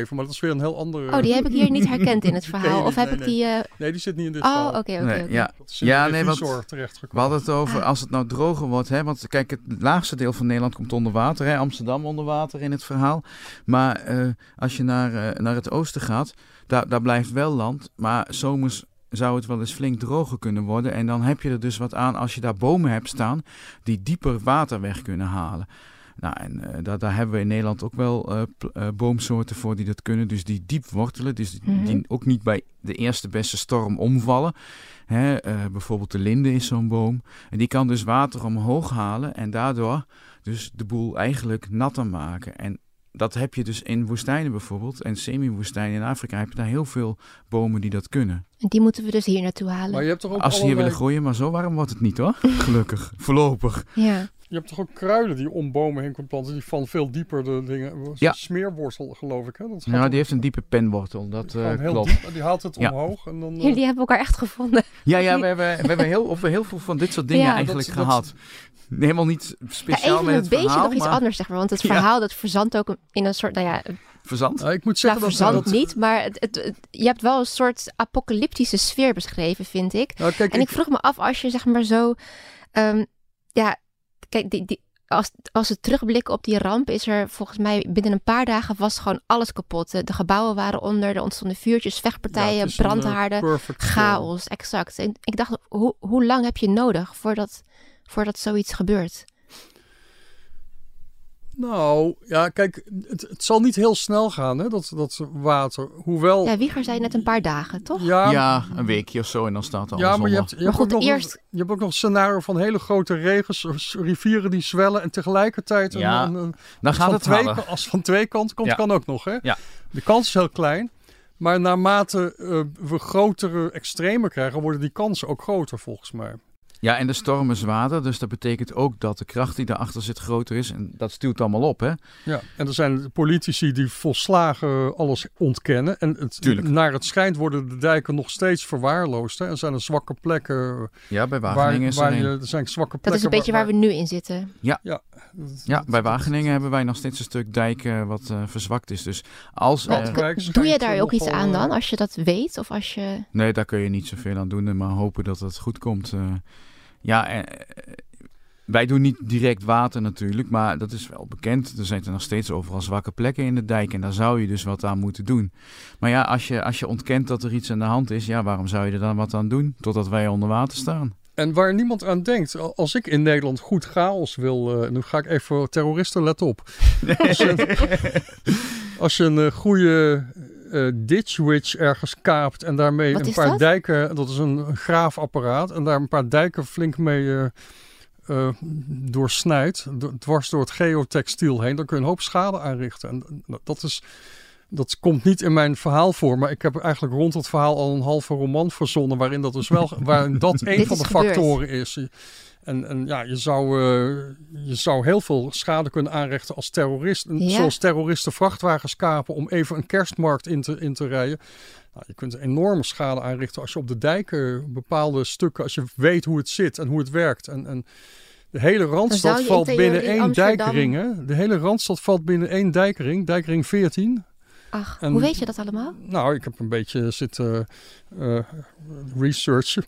weer een heel andere... Oh, die heb ik hier niet herkend in het verhaal. Nee, of heb nee, ik die... Uh... Nee, die zit niet in dit oh, verhaal. oké, oké, Nee, oké. ja, Dat is in ja de nee, want revisor we terechtgekomen. hadden het over Ah. als het nou droger wordt. Hè, want kijk, het laagste deel van Nederland komt onder water. Hè, Amsterdam onder water in het verhaal. Maar uh, als je naar, uh, naar het oosten gaat, daar, daar blijft wel land. Maar zomers zou het wel eens flink droger kunnen worden. En dan heb je er dus wat aan als je daar bomen hebt staan die dieper water weg kunnen halen. Nou, en uh, daar, daar hebben we in Nederland ook wel uh, p- uh, boomsoorten voor die dat kunnen. Dus die diep wortelen, dus die, Mm-hmm. die ook niet bij de eerste beste storm omvallen. Hè, uh, bijvoorbeeld de linde is zo'n boom. En die kan dus water omhoog halen en daardoor dus de boel eigenlijk natter maken. En dat heb je dus in woestijnen bijvoorbeeld. En semi-woestijnen in Afrika heb je daar heel veel bomen die dat kunnen. En die moeten we dus hier naartoe halen. Maar je hebt toch ook Als ze hier allerlei- willen groeien, maar zo warm wordt het niet hoor. Gelukkig, voorlopig. Ja. Je hebt toch ook kruiden die om bomen heen kunnen planten, die van veel dieper de dingen... Ja. Smeerwortel, geloof ik, hè? Dat gaat Ja, ook- die heeft een diepe penwortel, dat uh, gewoon heel klopt. diep. Die haalt het Ja. omhoog en dan... uh, Jullie hebben elkaar echt gevonden. Ja, ja, we hebben, we hebben heel, over heel veel van dit soort dingen Ja. eigenlijk Dat- dat- gehad. Helemaal niet Ja, speciaal even met een het beetje verhaal, nog iets maar anders, zeg maar. Want het Ja. verhaal dat verzandt ook in een soort... Nou ja, verzand. nou, ik moet nou, zeggen dat... verzandt dat niet, maar het, het, het- je hebt wel een soort apocalyptische sfeer beschreven, vind ik. Nou, kijk, En ik vroeg me af, als je zeg maar zo... Um, ja, kijk, die, die, als, als we terugblikken op die ramp, is er volgens mij binnen een paar dagen was gewoon alles kapot. De, de gebouwen waren onder, er ontstonden vuurtjes, ja, vechtpartijen, het is een, uh, brandhaarden, perfect storm. chaos, exact. En ik dacht, hoe, hoe lang heb je nodig voordat, voordat zoiets gebeurt? Nou, ja, kijk, het, het zal niet heel snel gaan, hè, dat, dat water. Hoewel... Ja, Wieger zei net een paar dagen, toch? Ja, Ja, een weekje of zo en dan staat alles ja, maar je onder. hebt, je, Maar hebt goed, ook nog eerst- een, je hebt ook nog een scenario van hele grote regens, rivieren die zwellen en tegelijkertijd een, Ja, een, een- Dan gaat van het twee, halen. ka- als het van twee kanten komt, Ja. kan ook nog, hè? Ja. De kans is heel klein, maar naarmate uh, we grotere extremen krijgen, worden die kansen ook groter, volgens mij. Ja, en de storm is zwaarder, dus dat betekent ook dat de kracht die daarachter zit groter is. En dat stuwt allemaal op, hè? Ja, en er zijn politici die volslagen alles ontkennen. En het, Tuurlijk. naar het schijnt worden de dijken nog steeds verwaarloosd. Hè? En zijn er zwakke plekken Ja, bij waar, Wageningen is waar er je, een. er zijn zwakke Dat plekken. is een beetje waar we nu in zitten. Ja, dat- bij Wageningen hebben wij nog steeds een stuk dijk uh, wat uh, verzwakt is. Dus als Maar er... Katwijk doe je schijnt, daar uh, ook iets nogal, aan dan, uh, als je dat weet? Of als je... Nee, daar kun je niet zoveel aan doen, maar hopen dat het goed komt. Uh, ja, uh, wij doen niet direct water natuurlijk, maar dat is wel bekend. Er zijn er nog steeds overal zwakke plekken in de dijk en daar zou je dus wat aan moeten doen. Maar ja, als je, als je ontkent dat er iets aan de hand is, ja, waarom zou je er dan wat aan doen totdat wij onder water staan? En waar niemand aan denkt, als ik in Nederland goed chaos wil, uh, nu ga ik even terroristen, let op. Als je, als je een uh, goede uh, ditch witch ergens kaapt en daarmee Wat een is paar dat? dijken, dat is een, een graafapparaat, en daar een paar dijken flink mee uh, uh, doorsnijdt, d- dwars door het geotextiel heen, dan kun je een hoop schade aanrichten. En uh, dat is... Dat komt niet in mijn verhaal voor, maar ik heb eigenlijk rond het verhaal al een halve roman verzonnen waarin dat dus wel, waarin dat een Dit van is de gebeurd. factoren is. En, en ja, je zou, uh, je zou heel veel schade kunnen aanrichten als terrorist. Ja. Zoals terroristen vrachtwagens kapen om even een kerstmarkt in te, in te rijden. Nou, je kunt enorme schade aanrichten als je op de dijken bepaalde stukken, als je weet hoe het zit en hoe het werkt. En, en de hele Dan zou Randstad je in valt binnen theorie één Amsterdam- dijkring. Hè? De hele Randstad valt binnen één dijkring, dijkring veertien. Ach, En- hoe weet je dat allemaal? Nou, ik heb een beetje zitten uh, researchen.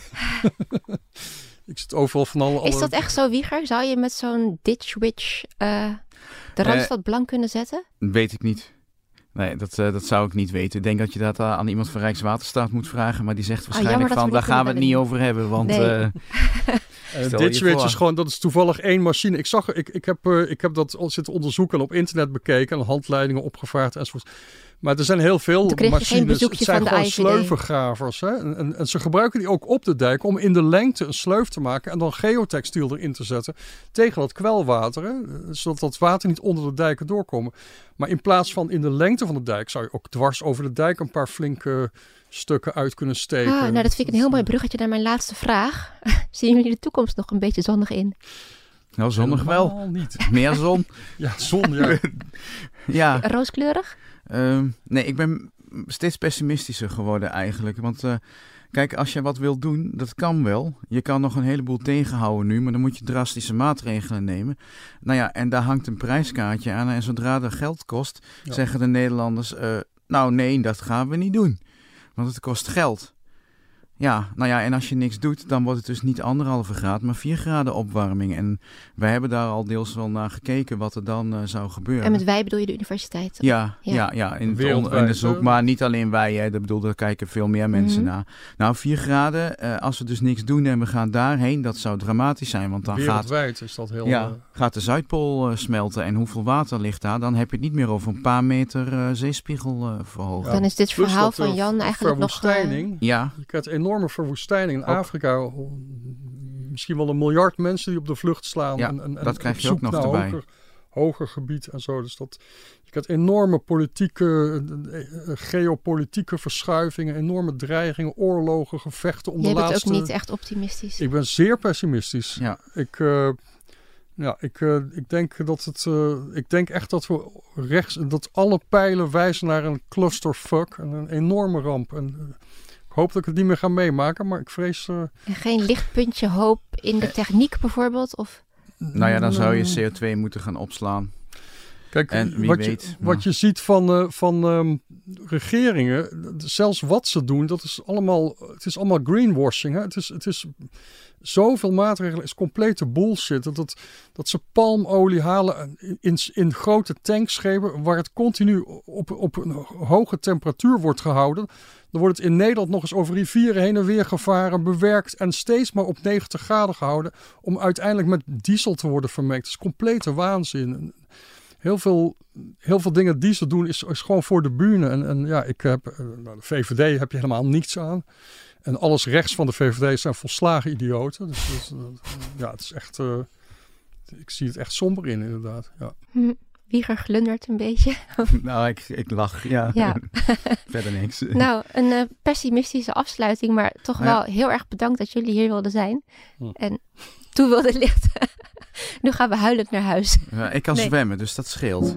Ik zit overal van alle... Is alle- dat echt zo, Wieger? Zou je met zo'n ditch witch uh, de Randstad blank kunnen zetten? Weet ik niet. Nee, dat, uh, dat zou ik niet weten. Ik denk dat je dat uh, aan iemand van Rijkswaterstaat moet vragen. Maar die zegt waarschijnlijk jammer dat van, we daar niet gaan we het kunnen niet over hebben. Want Nee. uh, Uh, Stel dit je switch voor. is gewoon, dat is toevallig één machine. Ik zag, ik, ik, heb, uh, ik heb dat al zitten onderzoeken en op internet bekeken en handleidingen opgevraagd enzovoort. Maar er zijn heel veel Toen kreeg je geen machines. bezoekje Het zijn van de gewoon I V D. sleuvelgravers. Hè? En, en, en ze gebruiken die ook op de dijk om in de lengte een sleuf te maken en dan geotextiel erin te zetten tegen dat kwelwater. Hè? Zodat dat water niet onder de dijken doorkomen. Maar in plaats van in de lengte van de dijk zou je ook dwars over de dijk een paar flinke stukken uit kunnen steken. Ah, nou, dat vind ik een heel mooi bruggetje naar mijn laatste vraag. Zien jullie de toekomst nog een beetje zonnig in? nou, zonnig wel. Helemaal niet. Meer zon. Ja, zon, ja. Ja. Rooskleurig? Um, nee, ik ben steeds pessimistischer geworden eigenlijk. Want uh, kijk, als je wat wilt doen, dat kan wel. Je kan nog een heleboel tegenhouden nu, maar dan moet je drastische maatregelen nemen. Nou ja, en daar hangt een prijskaartje aan. En zodra dat geld kost, Ja. zeggen de Nederlanders, uh, nou nee, dat gaan we niet doen. Want het kost geld. Ja, nou ja, en als je niks doet, dan wordt het dus niet anderhalve graad, maar vier graden opwarming. En wij hebben daar al deels wel naar gekeken wat er dan uh, zou gebeuren. En met wij bedoel je de universiteit? Ja, ja, ja, ja in het onderzoek, maar niet alleen wij. Hè, dat bedoel, daar kijken veel meer mensen mm-hmm. naar. Nou, vier graden, uh, als we dus niks doen en we gaan daarheen, dat zou dramatisch zijn. Want dan wereldwijd gaat, is dat heel... Ja, uh... gaat de Zuidpool uh, smelten en hoeveel water ligt daar? Dan heb je het niet meer over een paar meter uh, zeespiegel uh, verhogen. Ja, dan is dit Plus verhaal dat, uh, van Jan eigenlijk nog... verwoestijning. Ja. Je krijgt enorme verwoestijning in Afrika. Misschien wel een miljard mensen die op de vlucht slaan. Ja, en, en, dat krijg je ook nog erbij. Hoger, hoger gebied en zo. Dus dat, je krijgt enorme politieke, geopolitieke verschuivingen, enorme dreigingen, oorlogen, gevechten om je de laatste... laatste... Je bent ook niet echt optimistisch. Ik ben zeer pessimistisch. Ja. Ik... Uh, Ja, ik, uh, ik denk dat het. Uh, ik denk echt dat we rechts. Dat alle pijlen wijzen naar een clusterfuck. En een enorme ramp. En uh, ik hoop dat ik het niet meer ga meemaken, maar ik vrees. Uh, en geen lichtpuntje hoop in de techniek bijvoorbeeld? Of? Nou ja, dan zou je C O twee moeten gaan opslaan. Kijk, en wie wat, weet, je, wat je ziet van, uh, van um, regeringen, zelfs wat ze doen, dat is allemaal, het is allemaal greenwashing. Hè? Het is, het is zoveel maatregelen, is complete bullshit. Dat, het, dat ze palmolie halen in, in grote tankschepen, waar het continu op, op een hoge temperatuur wordt gehouden. Dan wordt het in Nederland nog eens over rivieren heen en weer gevaren, bewerkt en steeds maar op negentig graden gehouden, om uiteindelijk met diesel te worden vermengd. Het is complete waanzin. Heel veel, heel veel dingen die ze doen is, is gewoon voor de bühne. En, en ja, ik heb, nou, de V V D heb je helemaal niets aan. En alles rechts van de V V D zijn volslagen idioten. Dus, dus uh, ja, het is echt, uh, ik zie het echt somber in inderdaad. Ja. Hm, Wieger glundert een beetje. Nou, ik, ik lach, ja. ja. Verder niks. Nou, een uh, pessimistische afsluiting, maar toch wel ja. heel erg bedankt dat jullie hier wilden zijn. Hm. En toe wilden lichten. Nu gaan we huilend naar huis. Ja, ik kan nee. zwemmen, dus dat scheelt.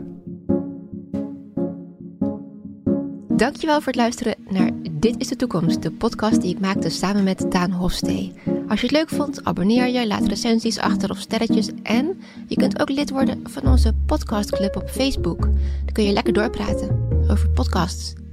Dankjewel voor het luisteren naar Dit is de Toekomst, de podcast die ik maakte samen met Daan Hofstee. Als je het leuk vond, abonneer je, laat recensies achter of sterretjes. En je kunt ook lid worden van onze podcastclub op Facebook. Dan kun je lekker doorpraten over podcasts.